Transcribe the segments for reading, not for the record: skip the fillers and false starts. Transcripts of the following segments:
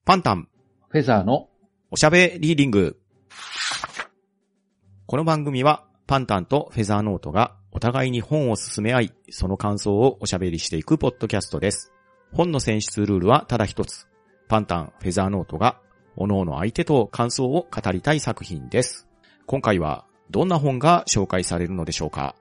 パンタン、 フェザーのおしゃべリーディング。この番組は、パンタンとフェザーノートがお互いに本を進め合い、その感想をおしゃべりしていくポッドキャストです。本の選出ルールはただ一つ。パンタン、フェザーノートが、各々相手と感想を語りたい作品です。今回は、どんな本が紹介されるのでしょうか？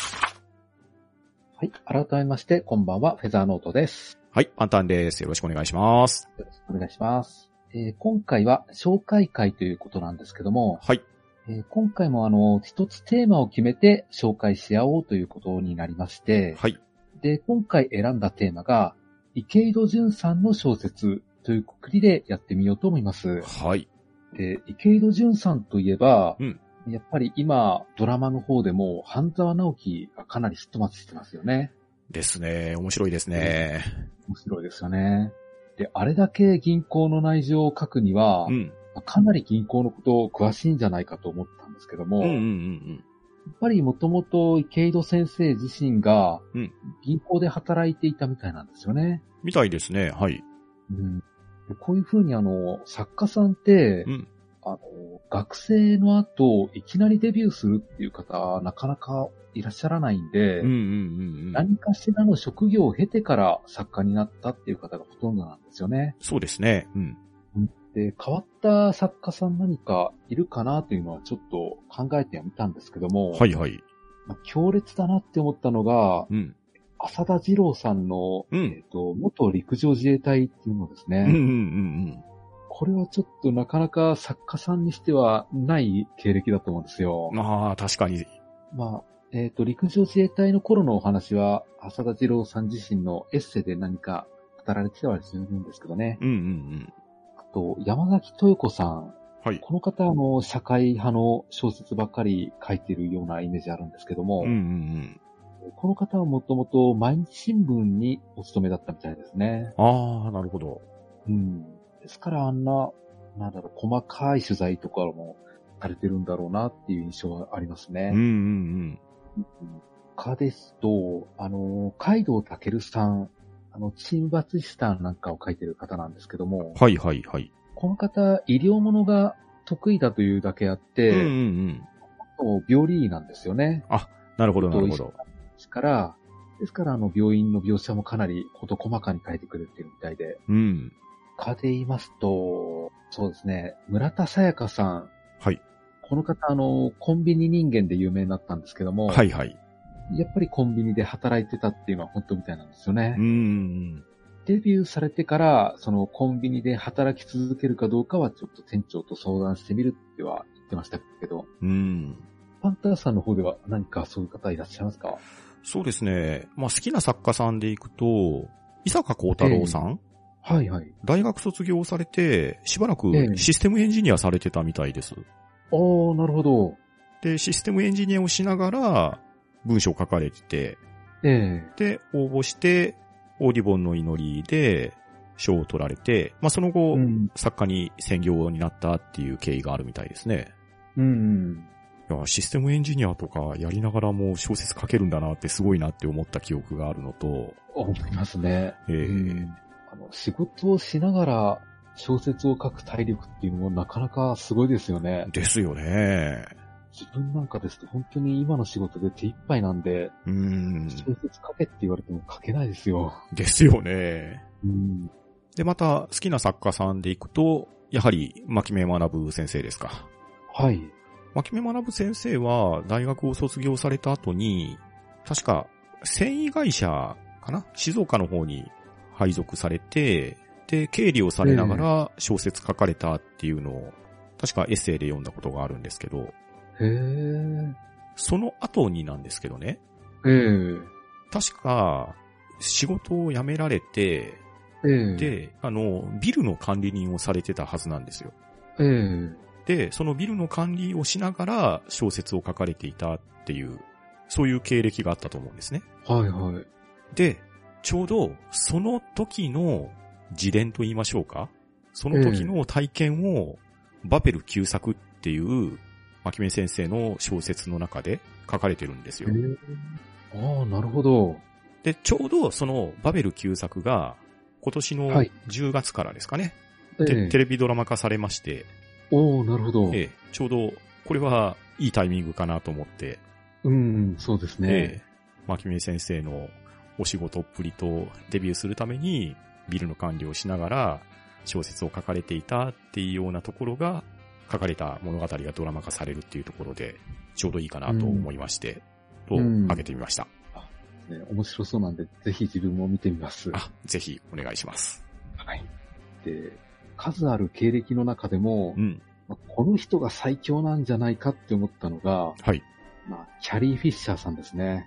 はい。改めまして、こんばんは、フェザーノートです。 はい、パンタンです。よろしくお願いします。 よろしくお願いします。今回は紹介会ということなんですけども、 はい。 今回も一つテーマを決めて紹介し合おうということになりまして、 はい。 で、今回選んだテーマが、池井戸潤さんの小説というくくりでやってみようと思います。 はい。 で、池井戸潤さんといえば、 うん。 やっぱり今、ドラマの方でも、半沢直樹がかなりヒットマッチしてますよね。 ですね。面白いですね。 面白いですよね。で、あれだけ銀行の内情を書くには、 うん。 かなり銀行のことを詳しいんじゃないかと思ったんですけども、 うんうんうんやっぱりもともと池井戸先生自身がうん。 銀行で働いていたみたいなんですよね。 みたいですね。はい。 うん、でこういうふうに作家さんって、 うん。 学生の後、いきなりデビューするっていう方、なかなかいらっしゃらないんで、 うんうんうんうん。 何かしらの職業を経てから作家になったっていう方がほとんどなんですよね。 そうですね。うん。 で、変わった作家さん何かいるかなというのはちょっと考えてみたんですけども、 はいはい。 強烈だなって思ったのが、 うん。 浅田次郎さんの、 うん元陸上自衛隊っていうのですね。 うんうんうんこれはちょっとなかなか作家さんにしてはない経歴だと思うんですよ。 うん。ああ、確かに。 まあ、陸上自衛隊の頃のお話は、浅田次郎さん自身のエッセイで何か語られてはするんですけどね。 うんうんうん。 あと、山崎豊子さん。 はい。 この方社会派の小説ばっかり書いてるようなイメージあるんですけども、 うんうんこの方はもともと毎日新聞にお勤めだったみたいですね。 うん。ああ、なるほど。 うん。ですから細かい取材とかもされてるんだろうなっていう印象はありますね。 うんうん他ですと、海道健さん、チームバツイスターなんかを書いてる方なんですけども、 はいはいはい。 この方、医療ものが得意だというだけあっうんて、 うんうん。 病理医なんですよね。 あ、なるほどなるほど。 ですから、病院の描写もかなり事細かに書いてくれてるみたいで。 うん。 他で言いますと、そうですね、村田沙耶香さん。 はい。 この方、コンビニ人間で有名になったんですけども、 はいはい。 やっぱりコンビニで働いてたっていうのは本当みたいなんですよね。 うん。 デビューされてから、そのコンビニで働き続けるかどうかはちょっと店長と相談してみるっては言ってましたけど、 うん。 パンターさんの方では何かそういう方いらっしゃいますか？ そうですね。まあ好きな作家さんでいくと、伊坂幸太郎さん、 はいはい。 大学卒業されて、しばらくシステムエンジニアされてたみたいです。 なるほど。 で、システムエンジニアをしながら、文章を書かれてて、で、応募して、オーディボンの祈りで賞を取られて、まあその後、作家に専業になったっていう経緯があるみたいですね。いや、システムエンジニアとかやりながらも小説書けるんだなってすごいなって思った記憶があるのと、 思いますね。仕事をしながら小説を書く体力っていうのもなかなかすごいですよね。 ですよね。 自分なんかですと本当に今の仕事で手一杯なんで、小説書けって言われても書けないですよ。 ですよね。で、また好きな作家さんでいくと、やはり牧目学先生ですか。 はい。 牧目学先生は大学を卒業された後に、確か繊維会社かな、静岡の方に配属されて、で、経理をされながら小説書かれたっていうのを、確かエッセイで読んだことがあるんですけど、その後になんですけどね、確か仕事を辞められて、で、ビルの管理人をされてたはずなんですよ。で、そのビルの管理をしながら小説を書かれていたっていう、そういう経歴があったと思うんですね。 はいはい。 で、ちょうどその時の自伝と言いましょうか、その時の体験をバペル旧作っていう牧目先生の小説の中で書かれてるんですよ。 なるほど。 で、ちょうどそのバベル旧作が今年の10月からですかね、 テレビドラマ化されまして。 おー、なるほど。 ちょうど、これはいいタイミングかなと思って。 そうですね。 牧目先生のお仕事っぷりとデビューするために、ビルの管理をしながら小説を書かれていたっていうようなところが、書かれた物語がドラマ化されるっていうところで、ちょうどいいかなと思いまして、挙げてみました。 面白そうなんで、ぜひ自分も見てみます。 ぜひお願いします。 はい。で、数ある経歴の中でも、この人が最強なんじゃないかって思ったのが、キャリー・フィッシャーさんですね。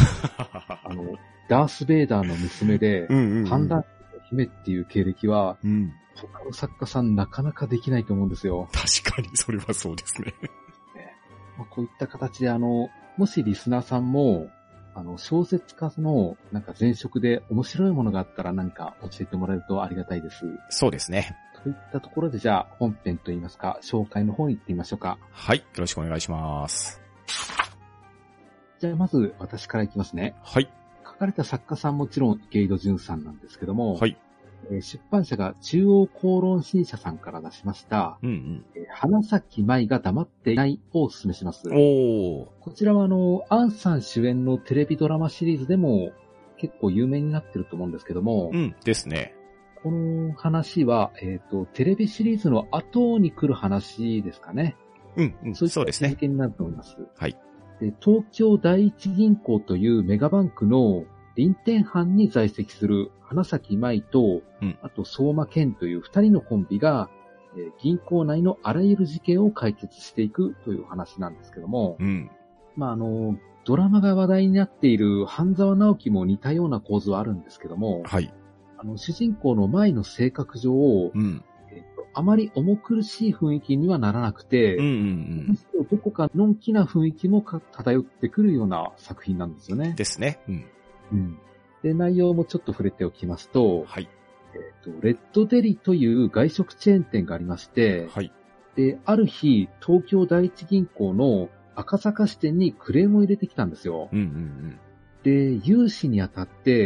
ダース・ベイダーの娘で、反乱の姫っていう経歴は、他の作家さんなかなかできないと思うんですよ。 確かに、それはそうですね。 こういった形で、もしリスナーさんも、小説家の前職で面白いものがあったら何か教えてもらえるとありがたいです。 そうですね。 といったところでじゃあ本編といいますか、紹介の方に行ってみましょうか。 はい。よろしくお願いします。 じゃあまず私からいきますね。 はい。 書かれた作家さんもちろん池井戸潤さんなんですけども、 はい。 出版社が中央公論新社さんから出しました、花咲舞が黙っていないをお勧めします。こちらはアンさん主演のテレビドラマシリーズでも結構有名になってると思うんですけども、 ですね。 この話は、テレビシリーズの後に来る話ですかね。 そうですね。 経験になると思います。 はい。 で、東京第一銀行というメガバンクの臨転班に在籍する花咲舞と、あと相馬健という二人のコンビが、銀行内のあらゆる事件を解決していくという話なんですけども、ドラマが話題になっている半沢直樹も似たような構図はあるんですけども、 はい。 主人公の舞の性格上、あまり重苦しい雰囲気にはならなくて、どこかのんきな雰囲気も漂ってくるような作品なんですよね。 ですね。 で、内容もちょっと触れておきますと、 はい。 レッドデリという外食チェーン店がありまして、 はい。 で、ある日、東京第一銀行の赤坂支店にクレームを入れてきたんですよ。で、融資にあたって、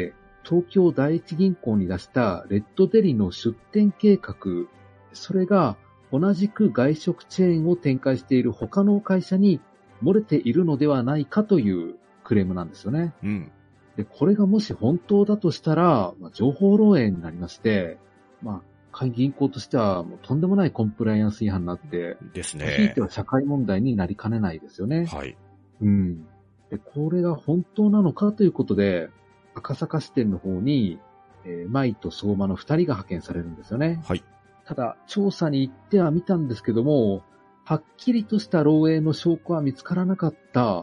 東京第一銀行に出したレッドデリの出店計画、それが同じく外食チェーンを展開している他の会社に漏れているのではないかというクレームなんですよね。で、これがもし本当だとしたら、情報漏洩になりまして、銀行としてはもうとんでもないコンプライアンス違反になって、 ですね。 ひいては社会問題になりかねないですよね。 はい。 で、これが本当なのかということで、赤坂支店の方に、舞と相馬の二人が派遣されるんですよね。 はい。 ただ、調査に行ってはみたんですけども、はっきりとした漏洩の証拠は見つからなかった。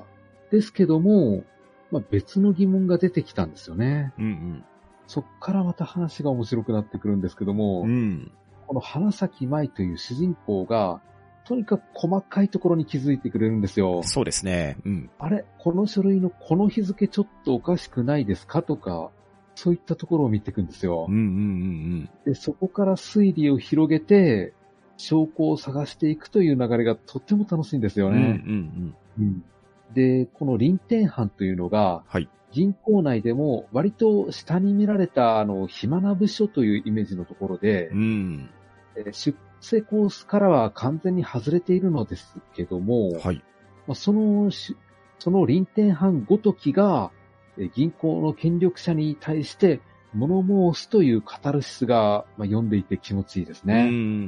ですけども、別の疑問が出てきたんですよね。そっからまた話が面白くなってくるんですけども、この花咲舞という主人公が、とにかく細かいところに気づいてくれるんですよ。 そうですね。 あれ、この書類のこの日付ちょっとおかしくないですかとか、そういったところを見ていくんですよ。で、そこから推理を広げて、証拠を探していくという流れがとっても楽しいんですよね。で、この臨転班というのが、銀行内でも割と下に見られた暇な部署というイメージのところで、出世コースからは完全に外れているのですけども、その臨転班ごときが銀行の権力者に対して物申すというカタルシスが読んでいて気持ちいいですね。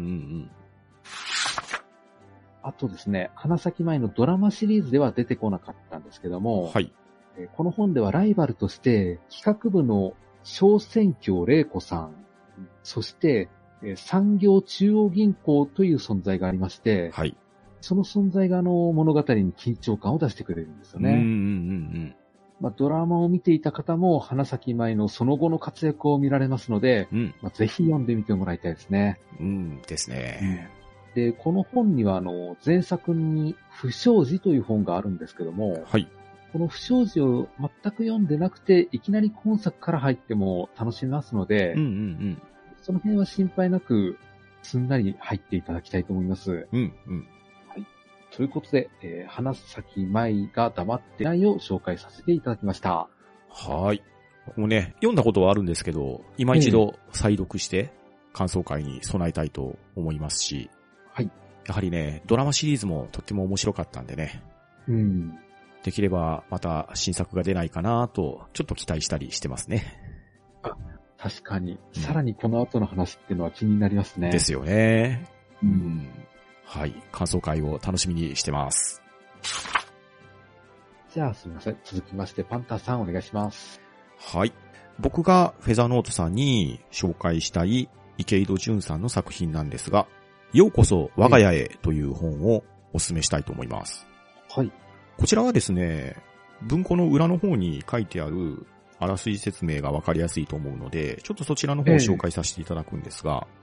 あとですね、花咲舞のドラマシリーズでは出てこなかったんですけども、この本ではライバルとして企画部の小選挙玲子さん、そして産業中央銀行という存在がありまして、その存在が物語に緊張感を出してくれるんですよね。ドラマを見ていた方も花咲舞のその後の活躍を見られますので、ぜひ読んでみてもらいたいですね。 ですね。 で、この本には前作に不祥事という本があるんですけども、この不祥事を全く読んでなくて、いきなり今作から入っても楽しめますので、その辺は心配なく、すんなり入っていただきたいと思います。ということで、花咲舞が黙ってないを紹介させていただきました。 もうね、読んだことはあるんですけど、今一度再読して、 感想会に備えたいと思いますし、 はい。 やはりね、ドラマシリーズもとっても面白かったんでね。できればまた新作が出ないかなと、ちょっと期待したりしてますね。 確かに。さらにこの後の話っていうのは気になりますね。 ですよね。はい。感想会を楽しみにしてます。 じゃあすみません。続きましてパンタさんお願いします。 はい。僕がフェザーノートさんに紹介したい池井戸潤さんの作品なんですが、ようこそ我が家へという本をお勧めしたいと思います。 はい。 こちらはですね、文庫の裏の方に書いてあるあらすじ説明がわかりやすいと思うので、ちょっとそちらの方を紹介させていただくんですが、 はい。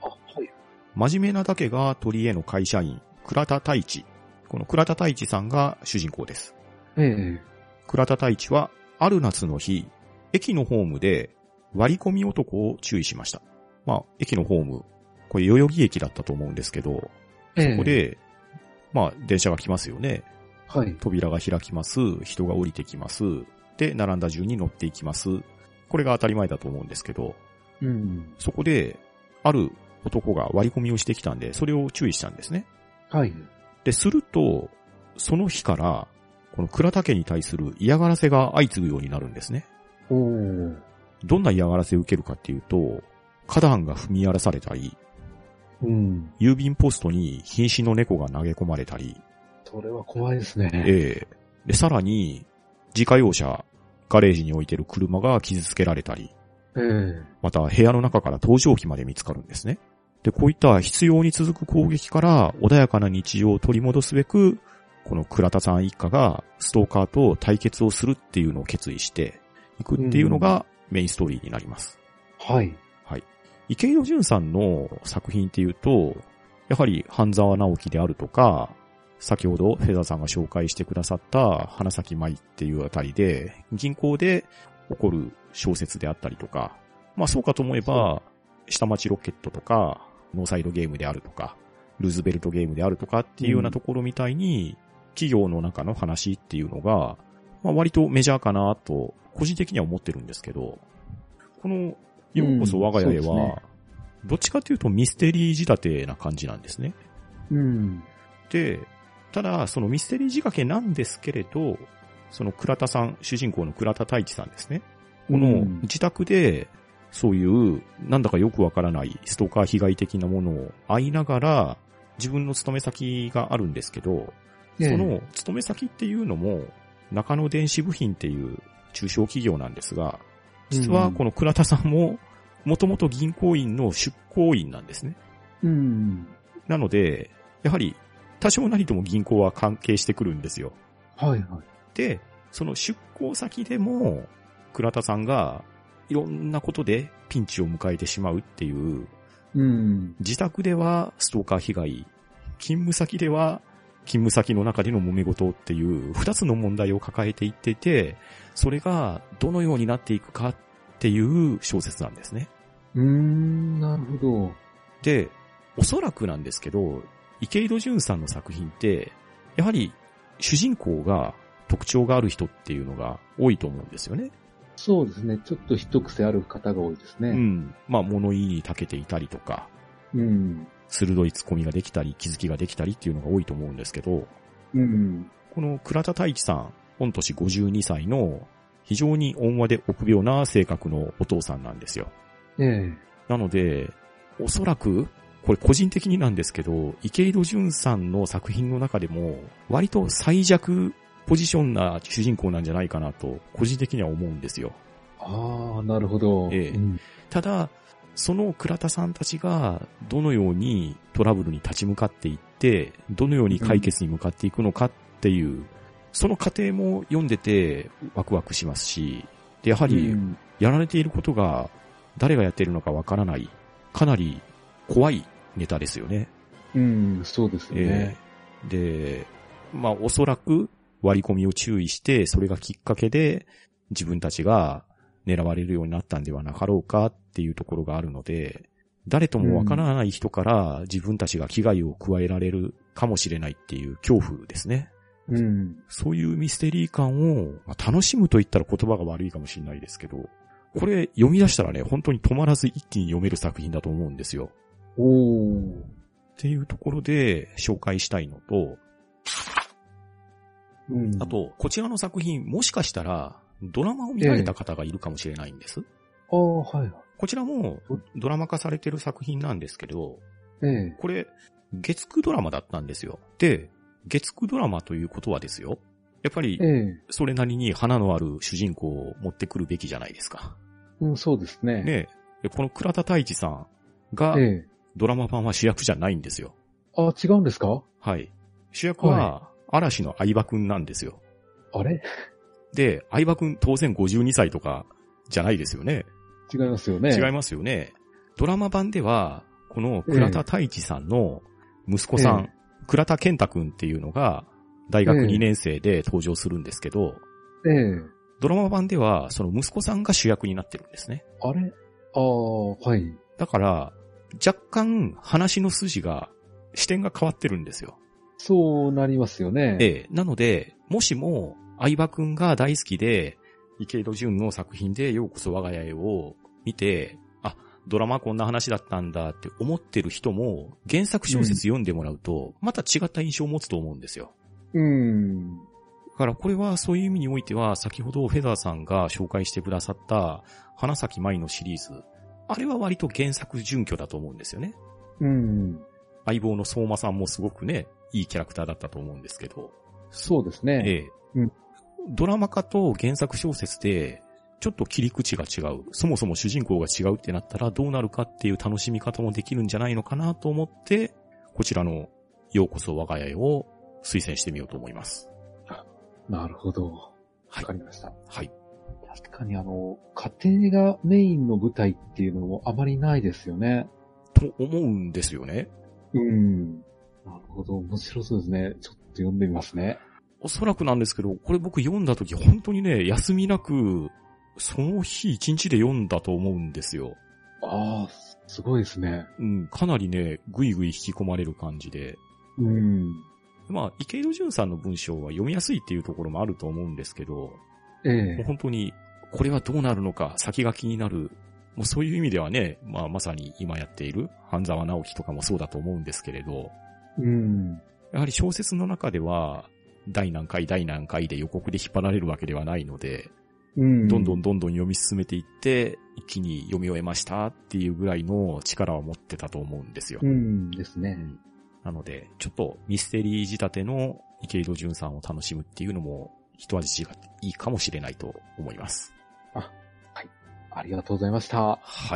真面目なだけが取り柄の会社員、倉田太一。この倉田太一さんが主人公です。倉田太一は、ある夏の日、駅のホームで割り込み男を注意しました。まあ、駅のホーム、これ代々木駅だったと思うんですけど、そこで、まあ、電車が来ますよね。 はい。 扉が開きます。人が降りてきます。で、並んだ順に乗っていきます。これが当たり前だと思うんですけど、そこで、ある男が割り込みをしてきたんで、それを注意したんですね。 はい。 で、すると、その日から、この倉田家に対する嫌がらせが相次ぐようになるんですね。どんな嫌がらせを受けるかっていうと、花壇が踏み荒らされたり、郵便ポストに瀕死の猫が投げ込まれたり。 それは怖いですね。 で、さらに、自家用車、ガレージに置いてる車が傷つけられたり。また、部屋の中から盗聴器まで見つかるんですね。で、こういった必要に続く攻撃から穏やかな日常を取り戻すべく、この倉田さん一家がストーカーと対決をするっていうのを決意していくっていうのがメインストーリーになります。 はい。 はい。池井戸潤さんの作品っていうと、やはり半沢直樹であるとか、先ほどフェザーさんが紹介してくださった花咲舞っていうあたりで、銀行で起こる小説であったりとか、まあそうかと思えば、下町ロケットとか、ノーサイドゲームであるとか、ルーズベルトゲームであるとかっていうようなところみたいに、企業の中の話っていうのが、まあ割とメジャーかなと、個人的には思ってるんですけど、この、ようこそ我が家へは、どっちかというとミステリー仕立てな感じなんですね。で、ただ、そのミステリー仕掛けなんですけれど、その倉田さん、主人公の倉田太一さんですね。この自宅で、そういう、なんだかよくわからないストーカー被害的なものを会いながら、自分の勤め先があるんですけど、その勤め先っていうのも、中野電子部品っていう中小企業なんですが、実はこの倉田さんも、もともと銀行員の出向員なんですね。なので、やはり、多少なりとも銀行は関係してくるんですよ。で、その出向先でも、倉田さんが、いろんなことでピンチを迎えてしまうっていう、自宅ではストーカー被害、勤務先では勤務先の中での揉め事っていう二つの問題を抱えていってて、それがどのようになっていくかっていう小説なんですね。 なるほど。 で、おそらくなんですけど、池井戸潤さんの作品って、やはり主人公が特徴がある人っていうのが多いと思うんですよね。 そうですね。ちょっと一癖ある方が多いですね。 まあ物言いに長けていたりとか、鋭いツッコミができたり、気づきができたりっていうのが多いと思うんですけど、この倉田太一さん、御年52歳の非常に温和で臆病な性格のお父さんなんですよ。なので、おそらく、これ個人的になんですけど、池井戸潤さんの作品の中でも、割と最弱ポジションな主人公なんじゃないかなと、個人的には思うんですよ。 なるほど。 ただ、その倉田さんたちがどのようにトラブルに立ち向かっていって、どのように解決に向かっていくのかっていう、その過程も読んでてワクワクしますし、で、やはりやられていることが誰がやっているのかわからない、かなり怖いネタですよね。 そうですよね。 で、まあおそらく割り込みを注意して、それがきっかけで自分たちが狙われるようになったんではなかろうかっていうところがあるので、誰ともわからない人から自分たちが危害を加えられるかもしれないっていう恐怖ですね。そういうミステリー感を、楽しむと言ったら言葉が悪いかもしれないですけど、 これ読み出したらね、本当に止まらず一気に読める作品だと思うんですよ。っていうところで紹介したいのと、あと、こちらの作品、もしかしたら、ドラマを見られた方がいるかもしれないんです。こちらも、ドラマ化されてる作品なんですけど、これ、月9ドラマだったんですよ。で、月9ドラマということはですよ。やっぱり、それなりに花のある主人公を持ってくるべきじゃないですか。 そうですね。 で、この倉田太一さんが、ドラマ版は主役じゃないんですよ。 違うんですか？ はい。主役は、嵐の相葉くんなんですよ。 あれ？ で、相葉くん当然52歳とかじゃないですよね。 違いますよね。 違いますよね。ドラマ版では、この倉田太一さんの息子さん、倉田健太くんっていうのが大学2年生で登場するんですけど、ドラマ版ではその息子さんが主役になってるんですね。 あれ？はい。 だから、若干話の筋が、視点が変わってるんですよ。 そうなりますよね。 なので、もしも、相葉くんが大好きで、池井戸潤の作品でようこそ我が家へを見て、ドラマこんな話だったんだって思ってる人も、原作小説読んでもらうと、また違った印象を持つと思うんですよ。だからこれはそういう意味においては、先ほどフェザーさんが紹介してくださった、花咲舞のシリーズ、あれは割と原作準拠だと思うんですよね。相棒の相馬さんもすごくね、いいキャラクターだったと思うんですけど。 そうですね。 ドラマ化と原作小説で、ちょっと切り口が違う。そもそも主人公が違うってなったらどうなるかっていう楽しみ方もできるんじゃないのかなと思って、こちらのようこそ我が家へを推薦してみようと思います。 なるほど。わかりました。 はい。 確かに家庭がメインの舞台っていうのもあまりないですよね。 と思うんですよね。 なるほど。面白そうですね。ちょっと読んでみますね。 おそらくなんですけど、これ僕読んだ時本当にね、休みなく、その日一日で読んだと思うんですよ。 すごいですね。 かなりね、ぐいぐい引き込まれる感じで。池井戸潤さんの文章は読みやすいっていうところもあると思うんですけど、もう本当に、これはどうなるのか、先が気になる。もうそういう意味ではね、まさに今やっている半沢直樹とかもそうだと思うんですけれど、やはり小説の中では、第何回で予告で引っ張られるわけではないので、どんどん読み進めていって、一気に読み終えましたっていうぐらいの力を持ってたと思うんですよ。 ですね。 なので、ちょっとミステリー仕立ての池井戸潤さんを楽しむっていうのも、一味違っていいかもしれないと思います。 はい。ありがとうございました。 はい。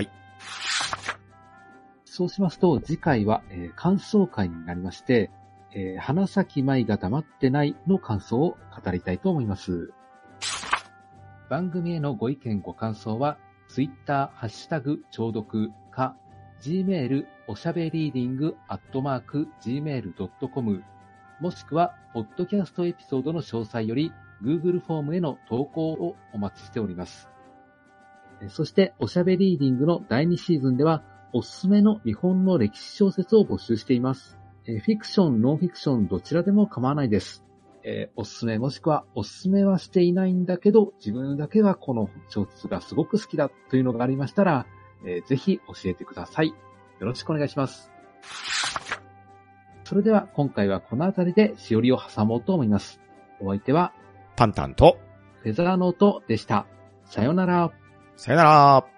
そうしますと、次回は、感想会になりまして、花咲舞が黙ってないの感想を語りたいと思います。番組へのご意見ご感想は、Twitter、ハッシュタグ、聴読か、Gmail、おしゃべりーディング@gmail.com、もしくは、ポッドキャストエピソードの詳細より、Google フォームへの投稿をお待ちしております。そして、おしゃべりーディングの第2シーズンでは、おすすめの日本の歴史小説を募集しています。フィクション、ノンフィクション、どちらでも構わないです。おすすめもしくはおすすめはしていないんだけど、自分だけはこの小説がすごく好きだというのがありましたら、ぜひ教えてください。よろしくお願いします。それでは今回はこの辺りでしおりを挟もうと思います。お相手は、 パンタンと、 フェザーノートでした。さよなら。 さよなら。